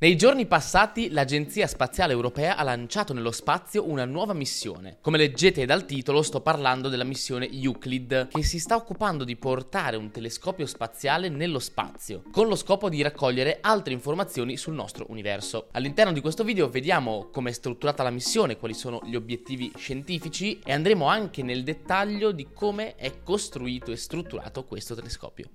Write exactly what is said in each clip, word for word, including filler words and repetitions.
Nei giorni passati l'Agenzia Spaziale Europea ha lanciato nello spazio una nuova missione. Come leggete dal titolo, sto parlando della missione Euclid, che si sta occupando di portare un telescopio spaziale nello spazio, con lo scopo di raccogliere altre informazioni sul nostro universo. All'interno di questo video vediamo come è strutturata la missione, quali sono gli obiettivi scientifici e andremo anche nel dettaglio di come è costruito e strutturato questo telescopio.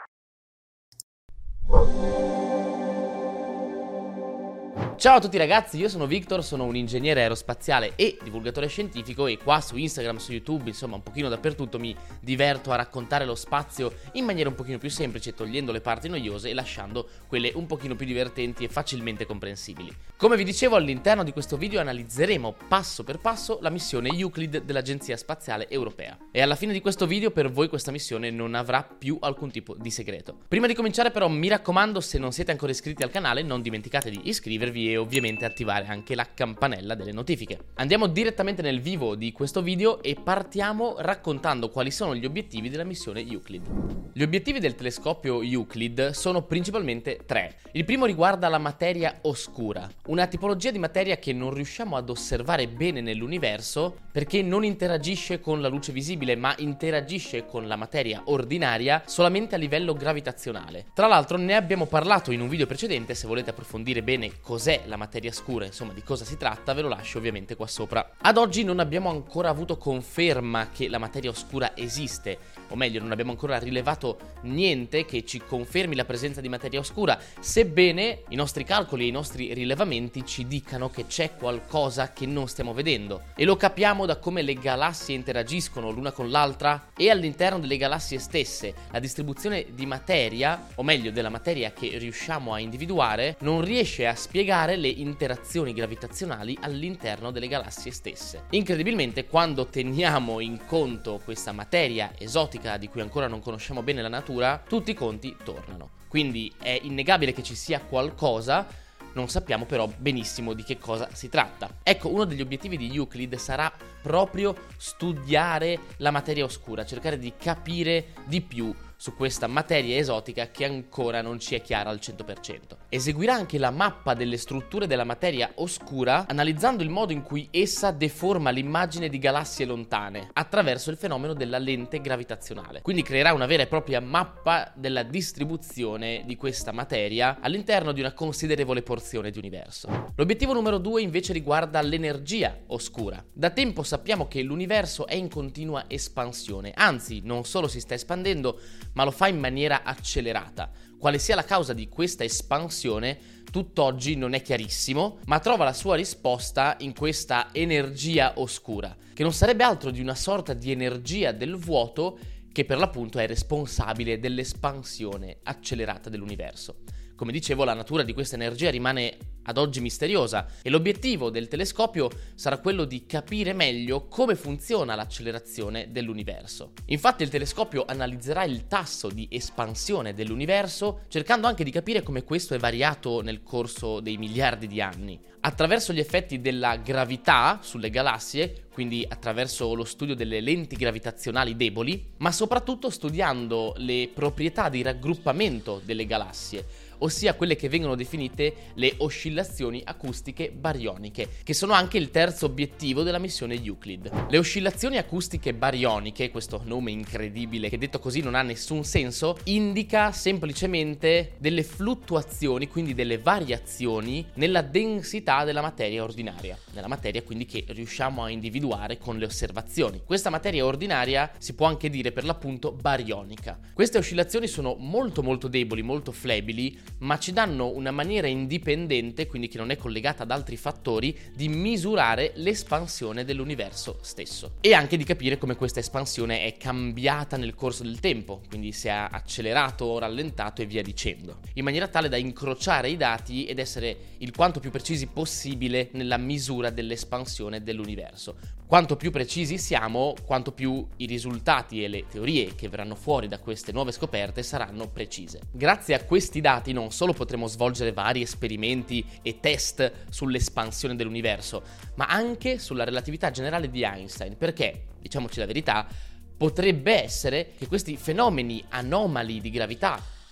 Ciao a tutti ragazzi, io sono Victor, sono un ingegnere aerospaziale e divulgatore scientifico e qua su Instagram, su YouTube, insomma un pochino dappertutto mi diverto a raccontare lo spazio in maniera un pochino più semplice, togliendo le parti noiose e lasciando quelle un pochino più divertenti e facilmente comprensibili. Come vi dicevo, all'interno di questo video analizzeremo passo per passo la missione Euclid dell'Agenzia Spaziale Europea. E alla fine di questo video per voi questa missione non avrà più alcun tipo di segreto. Prima di cominciare però mi raccomando, se non siete ancora iscritti al canale non dimenticate di iscrivervi e ovviamente attivare anche la campanella delle notifiche. Andiamo direttamente nel vivo di questo video e partiamo raccontando quali sono gli obiettivi della missione Euclid. Gli obiettivi del telescopio Euclid sono principalmente tre. Il primo riguarda la materia oscura, una tipologia di materia che non riusciamo ad osservare bene nell'universo perché non interagisce con la luce visibile, ma interagisce con la materia ordinaria solamente a livello gravitazionale. Tra l'altro ne abbiamo parlato in un video precedente, se volete approfondire bene cos'è la materia scura, insomma di cosa si tratta, ve lo lascio ovviamente qua sopra. Ad oggi non abbiamo ancora avuto conferma che la materia oscura esiste, o meglio non abbiamo ancora rilevato niente che ci confermi la presenza di materia oscura, sebbene i nostri calcoli e i nostri rilevamenti ci dicano che c'è qualcosa che non stiamo vedendo. E lo capiamo da come le galassie interagiscono l'una con l'altra e all'interno delle galassie stesse. La distribuzione di materia, o meglio della materia che riusciamo a individuare, non riesce a spiegare le interazioni gravitazionali all'interno delle galassie stesse. Incredibilmente, quando teniamo in conto questa materia esotica di cui ancora non conosciamo bene la natura, tutti i conti tornano. Quindi è innegabile che ci sia qualcosa, non sappiamo però benissimo di che cosa si tratta. Ecco, uno degli obiettivi di Euclid sarà proprio studiare la materia oscura, cercare di capire di più su questa materia esotica che ancora non ci è chiara al cento per cento. Eseguirà anche la mappa delle strutture della materia oscura, analizzando il modo in cui essa deforma l'immagine di galassie lontane attraverso il fenomeno della lente gravitazionale. Quindi creerà una vera e propria mappa della distribuzione di questa materia all'interno di una considerevole porzione di universo. L'obiettivo numero due invece riguarda l'energia oscura. Da tempo sappiamo che l'universo è in continua espansione, anzi non solo si sta espandendo, ma lo fa in maniera accelerata. Quale sia la causa di questa espansione, tutt'oggi non è chiarissimo, ma trova la sua risposta in questa energia oscura, che non sarebbe altro di una sorta di energia del vuoto che per l'appunto è responsabile dell'espansione accelerata dell'universo. Come dicevo, la natura di questa energia rimane ad oggi misteriosa e l'obiettivo del telescopio sarà quello di capire meglio come funziona l'accelerazione dell'universo. Infatti il telescopio analizzerà il tasso di espansione dell'universo, cercando anche di capire come questo è variato nel corso dei miliardi di anni. Attraverso gli effetti della gravità sulle galassie, quindi attraverso lo studio delle lenti gravitazionali deboli, ma soprattutto studiando le proprietà di raggruppamento delle galassie, ossia quelle che vengono definite le oscillazioni acustiche barioniche, che sono anche il terzo obiettivo della missione Euclid. Le oscillazioni acustiche barioniche, questo nome incredibile che detto così non ha nessun senso, indica semplicemente delle fluttuazioni, quindi delle variazioni nella densità della materia ordinaria, nella materia quindi che riusciamo a individuare con le osservazioni. Questa materia ordinaria si può anche dire per l'appunto barionica. Queste oscillazioni sono molto molto deboli, molto flebili, ma ci danno una maniera indipendente, quindi che non è collegata ad altri fattori, di misurare l'espansione dell'universo stesso e anche di capire come questa espansione è cambiata nel corso del tempo, quindi se ha accelerato o rallentato e via dicendo, in maniera tale da incrociare i dati ed essere il quanto più precisi possibile nella misura dell'espansione dell'universo. Quanto più precisi siamo, quanto più i risultati e le teorie che verranno fuori da queste nuove scoperte saranno precise. Grazie a questi dati non solo potremo svolgere vari esperimenti e test sull'espansione dell'universo, ma anche sulla relatività generale di Einstein, perché, diciamoci la verità, potrebbe essere che questi fenomeni anomali di gravità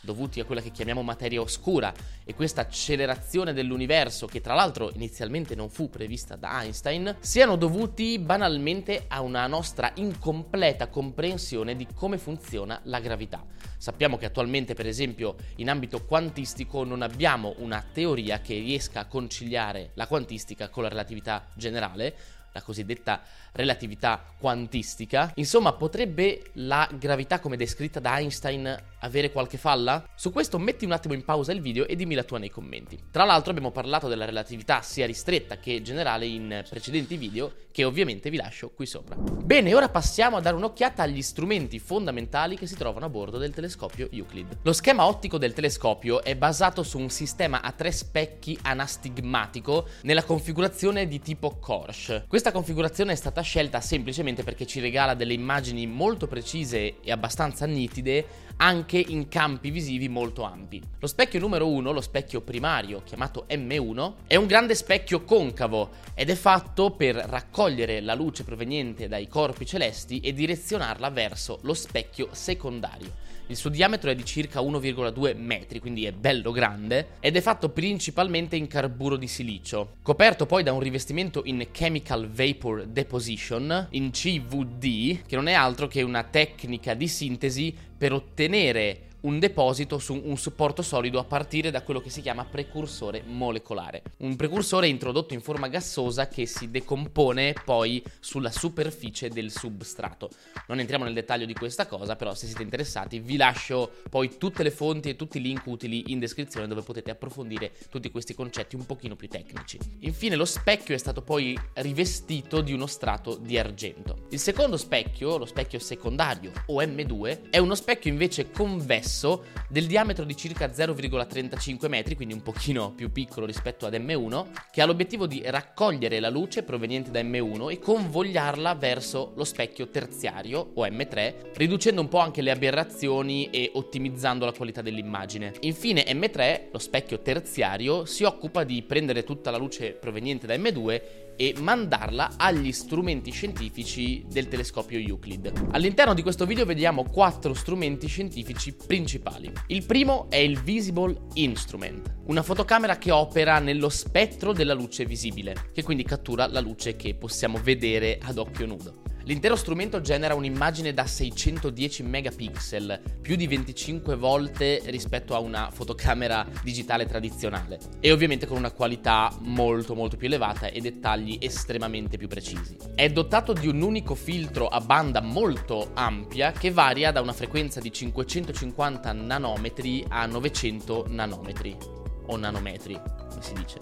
dovuti a quella che chiamiamo materia oscura e questa accelerazione dell'universo, che tra l'altro inizialmente non fu prevista da Einstein, siano dovuti banalmente a una nostra incompleta comprensione di come funziona la gravità. Sappiamo che attualmente, per esempio, in ambito quantistico non abbiamo una teoria che riesca a conciliare la quantistica con la relatività generale, la cosiddetta relatività quantistica. Insomma, potrebbe la gravità come descritta da Einstein avere qualche falla? Su questo metti un attimo in pausa il video e dimmi la tua nei commenti. Tra l'altro abbiamo parlato della relatività sia ristretta che generale in precedenti video, che ovviamente vi lascio qui sopra. Bene, ora passiamo a dare un'occhiata agli strumenti fondamentali che si trovano a bordo del telescopio Euclid. Lo schema ottico del telescopio è basato su un sistema a tre specchi anastigmatico nella configurazione di tipo Korsch. Questa configurazione è stata scelta semplicemente perché ci regala delle immagini molto precise e abbastanza nitide anche in campi visivi molto ampi. Lo specchio numero uno, lo specchio primario chiamato M uno, è un grande specchio concavo ed è fatto per raccogliere la luce proveniente dai corpi celesti e direzionarla verso lo specchio secondario. Il suo diametro è di circa uno virgola due metri, quindi è bello grande, ed è fatto principalmente in carburo di silicio, coperto poi da un rivestimento in Chemical Vapor Deposition, in C V D, che non è altro che una tecnica di sintesi per ottenere un deposito su un supporto solido a partire da quello che si chiama precursore molecolare. Un precursore introdotto in forma gassosa che si decompone poi sulla superficie del substrato. Non entriamo nel dettaglio di questa cosa, però se siete interessati vi lascio poi tutte le fonti e tutti i link utili in descrizione dove potete approfondire tutti questi concetti un pochino più tecnici. Infine lo specchio è stato poi rivestito di uno strato di argento. Il secondo specchio, lo specchio secondario o M due, è uno specchio invece convesso del diametro di circa zero virgola trentacinque metri, quindi un pochino più piccolo rispetto ad M uno, che ha l'obiettivo di raccogliere la luce proveniente da M uno e convogliarla verso lo specchio terziario o M tre, riducendo un po' anche le aberrazioni e ottimizzando la qualità dell'immagine. Infine M tre, lo specchio terziario, si occupa di prendere tutta la luce proveniente da M due e mandarla agli strumenti scientifici del telescopio Euclid. All'interno di questo video vediamo quattro strumenti scientifici principali. Il primo è il Visible Instrument, una fotocamera che opera nello spettro della luce visibile, che quindi cattura la luce che possiamo vedere ad occhio nudo. L'intero strumento genera un'immagine da seicentodieci megapixel, più di venticinque volte rispetto a una fotocamera digitale tradizionale, e ovviamente con una qualità molto molto più elevata e dettagli estremamente più precisi. È dotato di un unico filtro a banda molto ampia che varia da una frequenza di cinquecentocinquanta nanometri a novecento nanometri, o nanometri, come si dice,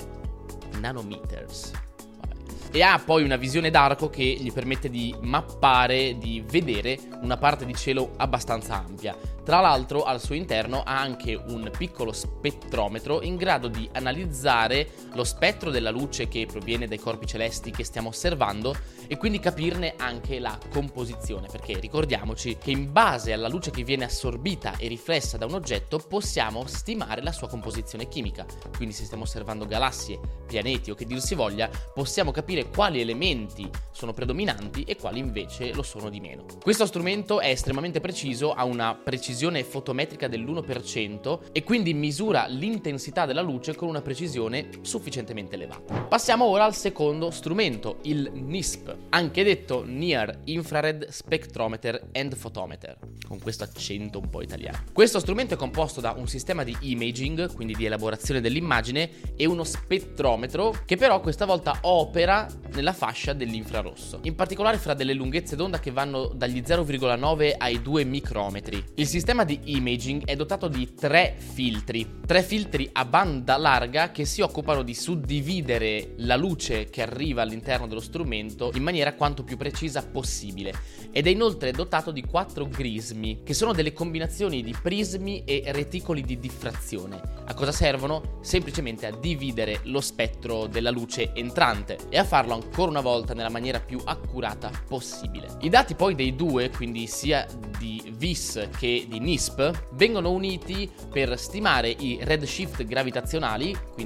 nanometers. E ha poi una visione d'arco che gli permette di mappare, di vedere una parte di cielo abbastanza ampia. Tra l'altro al suo interno ha anche un piccolo spettrometro in grado di analizzare lo spettro della luce che proviene dai corpi celesti che stiamo osservando e quindi capirne anche la composizione, perché ricordiamoci che in base alla luce che viene assorbita e riflessa da un oggetto possiamo stimare la sua composizione chimica. Quindi se stiamo osservando galassie, pianeti o che dir si voglia, possiamo capire quali elementi sono predominanti e quali invece lo sono di meno. Questo strumento è estremamente preciso, ha una precisione fotometrica dell'uno per cento e quindi misura l'intensità della luce con una precisione sufficientemente elevata. Passiamo ora al secondo strumento, il N I S P, anche detto Near Infrared Spectrometer and Photometer, con questo accento un po' italiano. Questo strumento è composto da un sistema di imaging, quindi di elaborazione dell'immagine, e uno spettrometro che però questa volta opera nella fascia dell'infrarosso, in particolare fra delle lunghezze d'onda che vanno dagli zero virgola nove ai due micrometri. Il sistema di imaging è dotato di tre filtri, tre filtri a banda larga che si occupano di suddividere la luce che arriva all'interno dello strumento in maniera quanto più precisa possibile, ed è inoltre dotato di quattro grismi, che sono delle combinazioni di prismi e reticoli di diffrazione. A cosa servono? Semplicemente a dividere lo spettro della luce entrante e a farlo ancora una volta nella maniera più accurata possibile. I dati poi dei due, quindi sia di V I S che di N I S P, vengono uniti per stimare i redshift gravitazionali, quindi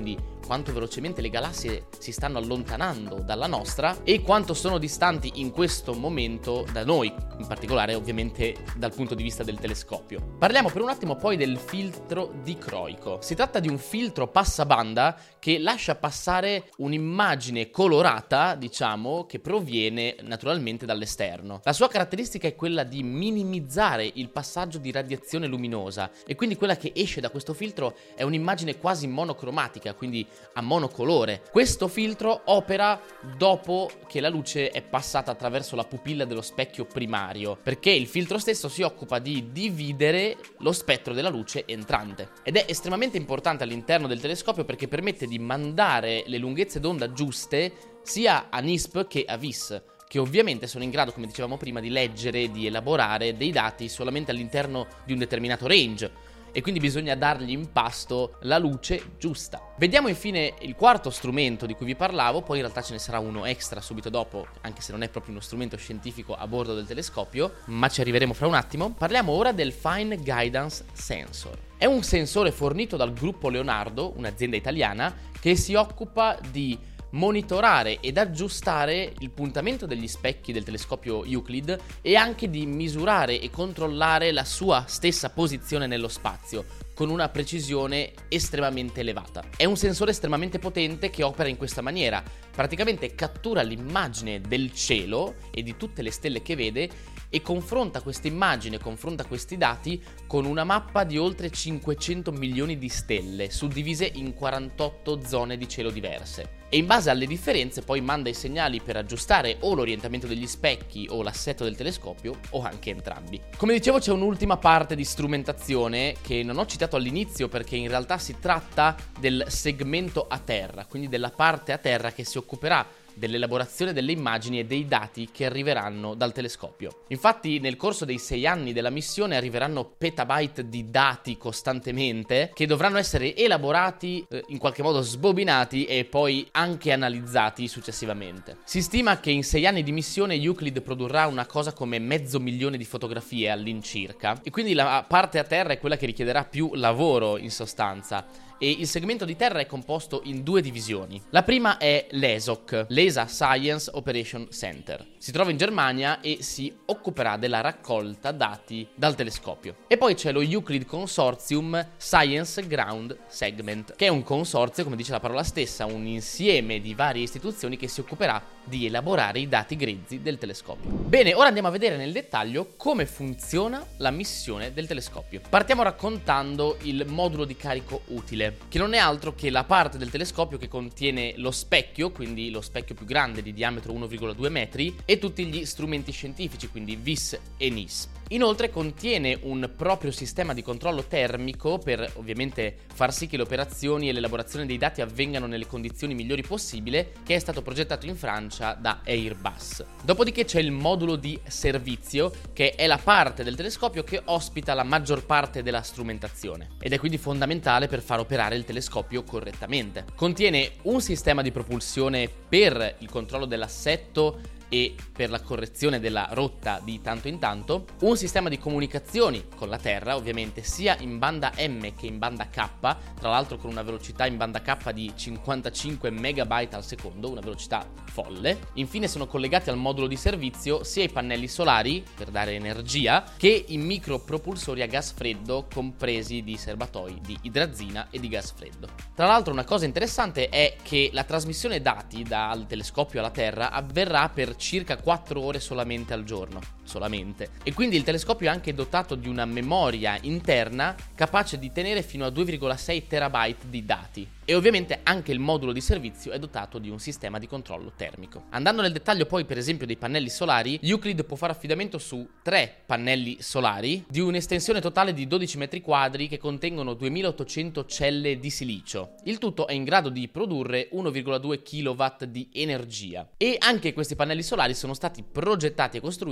quanto velocemente le galassie si stanno allontanando dalla nostra e quanto sono distanti in questo momento da noi, in particolare ovviamente dal punto di vista del telescopio. Parliamo per un attimo poi del filtro dicroico. Si tratta di un filtro passabanda che lascia passare un'immagine colorata, diciamo, che proviene naturalmente dall'esterno. La sua caratteristica è quella di minimizzare il passaggio di radiazione luminosa e quindi quella che esce da questo filtro è un'immagine quasi monocromatica, quindi a monocolore. Questo filtro opera dopo che la luce è passata attraverso la pupilla dello specchio primario, perché il filtro stesso si occupa di dividere lo spettro della luce entrante. Ed è estremamente importante all'interno del telescopio perché permette di mandare le lunghezze d'onda giuste sia a N I S P che a V I S, che ovviamente sono in grado, come dicevamo prima, di leggere e di elaborare dei dati solamente all'interno di un determinato range. E quindi bisogna dargli in pasto la luce giusta. Vediamo infine il quarto strumento di cui vi parlavo, poi in realtà ce ne sarà uno extra subito dopo, anche se non è proprio uno strumento scientifico a bordo del telescopio, ma ci arriveremo fra un attimo. Parliamo ora del Fine Guidance Sensor. È un sensore fornito dal gruppo Leonardo, un'azienda italiana, che si occupa di monitorare ed aggiustare il puntamento degli specchi del telescopio Euclid e anche di misurare e controllare la sua stessa posizione nello spazio con una precisione estremamente elevata. È un sensore estremamente potente che opera in questa maniera: praticamente cattura l'immagine del cielo e di tutte le stelle che vede e confronta questa immagine, confronta questi dati con una mappa di oltre cinquecento milioni di stelle suddivise in quarantotto zone di cielo diverse. E in base alle differenze poi manda i segnali per aggiustare o l'orientamento degli specchi o l'assetto del telescopio o anche entrambi. Come dicevo, c'è un'ultima parte di strumentazione che non ho citato all'inizio perché in realtà si tratta del segmento a terra, quindi della parte a terra che si occuperà dell'elaborazione delle immagini e dei dati che arriveranno dal telescopio. Infatti nel corso dei sei anni della missione arriveranno petabyte di dati costantemente che dovranno essere elaborati, eh, in qualche modo sbobinati e poi anche analizzati successivamente. Si stima che in sei anni di missione Euclid produrrà una cosa come mezzo milione di fotografie all'incirca e quindi la parte a terra è quella che richiederà più lavoro in sostanza. E il segmento di terra è composto in due divisioni. La prima è l'E S O C, l'E S A Science Operation Center. Si trova in Germania e si occuperà della raccolta dati dal telescopio. E poi c'è lo Euclid Consortium Science Ground Segment, che è un consorzio, come dice la parola stessa, un insieme di varie istituzioni che si occuperà di elaborare i dati grezzi del telescopio. Bene, ora andiamo a vedere nel dettaglio come funziona la missione del telescopio. Partiamo raccontando il modulo di carico utile, che non è altro che la parte del telescopio che contiene lo specchio, quindi lo specchio più grande di diametro uno virgola due metri, e tutti gli strumenti scientifici, quindi V I S e N I S P. Inoltre contiene un proprio sistema di controllo termico per ovviamente far sì che le operazioni e l'elaborazione dei dati avvengano nelle condizioni migliori possibile, che è stato progettato in Francia da Airbus. Dopodiché c'è il modulo di servizio, che è la parte del telescopio che ospita la maggior parte della strumentazione ed è quindi fondamentale per far operare il telescopio correttamente. Contiene un sistema di propulsione per il controllo dell'assetto e per la correzione della rotta di tanto in tanto, un sistema di comunicazioni con la Terra, ovviamente sia in banda M che in banda K, tra l'altro con una velocità in banda K di cinquantacinque megabyte al secondo, una velocità folle. Infine sono collegati al modulo di servizio sia i pannelli solari per dare energia che i micropropulsori a gas freddo compresi di serbatoi di idrazina e di gas freddo. Tra l'altro una cosa interessante è che la trasmissione dati dal telescopio alla Terra avverrà per circa quattro ore solamente al giorno, solamente. E quindi il telescopio è anche dotato di una memoria interna capace di tenere fino a due virgola sei terabyte di dati. E ovviamente anche il modulo di servizio è dotato di un sistema di controllo termico. Andando nel dettaglio poi per esempio dei pannelli solari, Euclid può fare affidamento su tre pannelli solari di un'estensione totale di dodici metri quadri che contengono duemilaottocento celle di silicio. Il tutto è in grado di produrre uno virgola due chilowatt di energia. E anche questi pannelli solari sono stati progettati e costruiti da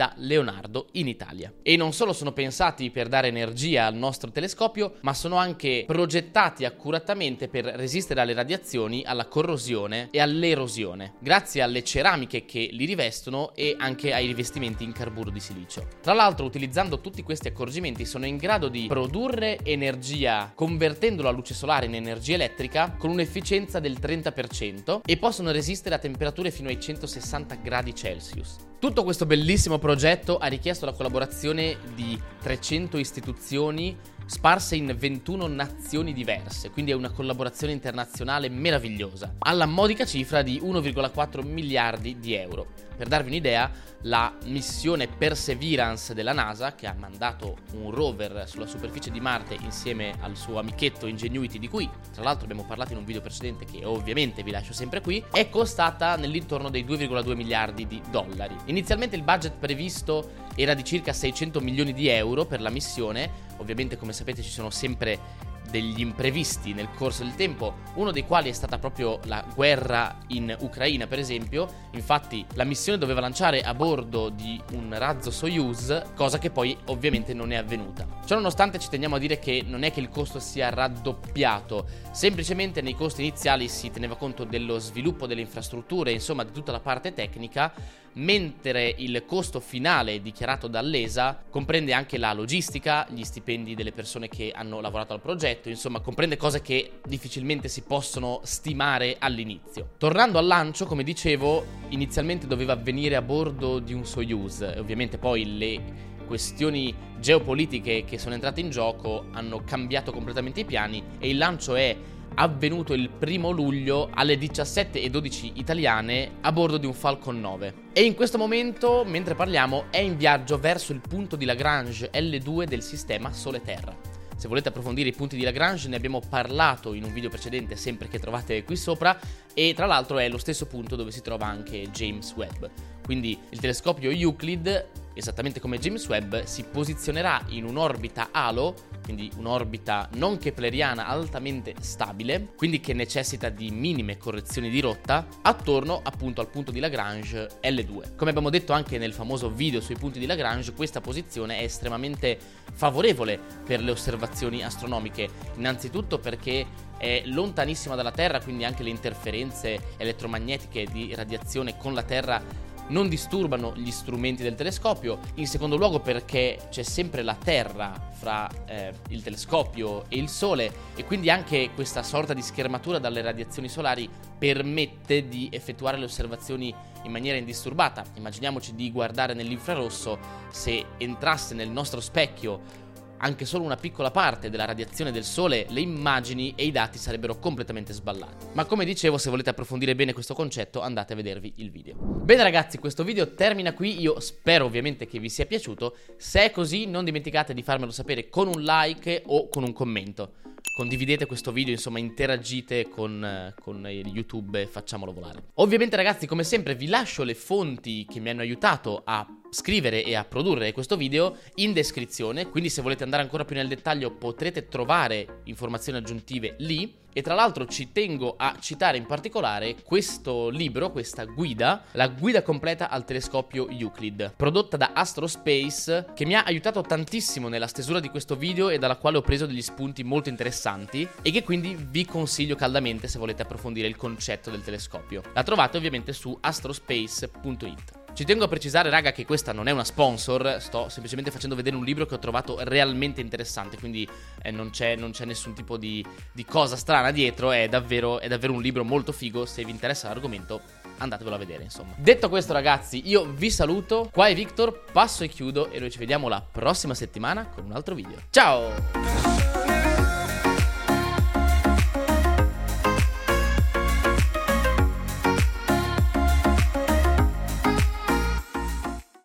da Leonardo in Italia. E non solo sono pensati per dare energia al nostro telescopio, ma sono anche progettati accuratamente per resistere alle radiazioni, alla corrosione e all'erosione, grazie alle ceramiche che li rivestono e anche ai rivestimenti in carburo di silicio. Tra l'altro, utilizzando tutti questi accorgimenti, sono in grado di produrre energia convertendo la luce solare in energia elettrica con un'efficienza del trenta per cento e possono resistere a temperature fino ai centosessanta gradi Celsius. Tutto questo bellissimo progetto ha richiesto la collaborazione di trecento istituzioni sparse in ventuno nazioni diverse, quindi è una collaborazione internazionale meravigliosa, alla modica cifra di uno virgola quattro miliardi di euro. Per darvi un'idea, la missione Perseverance della NASA, che ha mandato un rover sulla superficie di Marte insieme al suo amichetto Ingenuity, di cui tra l'altro abbiamo parlato in un video precedente che ovviamente vi lascio sempre qui, è costata nell'intorno dei due virgola due miliardi di dollari. Inizialmente il budget previsto era di circa seicento milioni di euro per la missione. Ovviamente, come sapete, ci sono sempre degli imprevisti nel corso del tempo, uno dei quali è stata proprio la guerra in Ucraina, per esempio. Infatti la missione doveva lanciare a bordo di un razzo Soyuz, cosa che poi ovviamente non è avvenuta. Ciononostante ci teniamo a dire che non è che il costo sia raddoppiato, semplicemente nei costi iniziali si teneva conto dello sviluppo delle infrastrutture, insomma di tutta la parte tecnica, mentre il costo finale dichiarato dall'E S A comprende anche la logistica, gli stipendi delle persone che hanno lavorato al progetto, insomma comprende cose che difficilmente si possono stimare all'inizio. Tornando al lancio, come dicevo, inizialmente doveva avvenire a bordo di un Soyuz, e ovviamente poi le questioni geopolitiche che sono entrate in gioco hanno cambiato completamente i piani e il lancio è avvenuto il primo luglio alle diciassette e dodici italiane a bordo di un Falcon nove. E in questo momento, mentre parliamo, è in viaggio verso il punto di Lagrange L due del sistema Sole-Terra. Se volete approfondire i punti di Lagrange ne abbiamo parlato in un video precedente, sempre che trovate qui sopra, e tra l'altro è lo stesso punto dove si trova anche James Webb. Quindi il telescopio Euclid, esattamente come James Webb, si posizionerà in un'orbita halo, quindi un'orbita non kepleriana altamente stabile, quindi che necessita di minime correzioni di rotta, attorno appunto al punto di Lagrange L due. Come abbiamo detto anche nel famoso video sui punti di Lagrange, questa posizione è estremamente favorevole per le osservazioni astronomiche, innanzitutto perché è lontanissima dalla Terra, quindi anche le interferenze elettromagnetiche di radiazione con la Terra non disturbano gli strumenti del telescopio. In secondo luogo perché c'è sempre la Terra fra eh, il telescopio e il Sole, e quindi anche questa sorta di schermatura dalle radiazioni solari permette di effettuare le osservazioni in maniera indisturbata. Immaginiamoci di guardare nell'infrarosso, se entrasse nel nostro specchio anche solo una piccola parte della radiazione del Sole, le immagini e i dati sarebbero completamente sballati. Ma come dicevo, se volete approfondire bene questo concetto, andate a vedervi il video. Bene ragazzi, questo video termina qui. Io spero ovviamente che vi sia piaciuto. Se è così, non dimenticate di farmelo sapere con un like o con un commento. Condividete questo video, insomma interagite con, con YouTube e facciamolo volare. Ovviamente ragazzi, come sempre vi lascio le fonti che mi hanno aiutato a scrivere e a produrre questo video in descrizione, quindi se volete andare ancora più nel dettaglio potrete trovare informazioni aggiuntive lì. E tra l'altro ci tengo a citare in particolare questo libro, questa guida, la guida completa al telescopio Euclid, prodotta da Astrospace, che mi ha aiutato tantissimo nella stesura di questo video e dalla quale ho preso degli spunti molto interessanti e che quindi vi consiglio caldamente se volete approfondire il concetto del telescopio. La trovate ovviamente su astrospace punto it. Ci tengo a precisare, raga, che questa non è una sponsor, sto semplicemente facendo vedere un libro che ho trovato realmente interessante, quindi eh, non c'è non c'è nessun tipo di, di cosa strana dietro, è davvero, è davvero un libro molto figo. Se vi interessa l'argomento andatevelo a vedere, insomma. Detto questo ragazzi, io vi saluto, qua è Victor, passo e chiudo e noi ci vediamo la prossima settimana con un altro video. Ciao!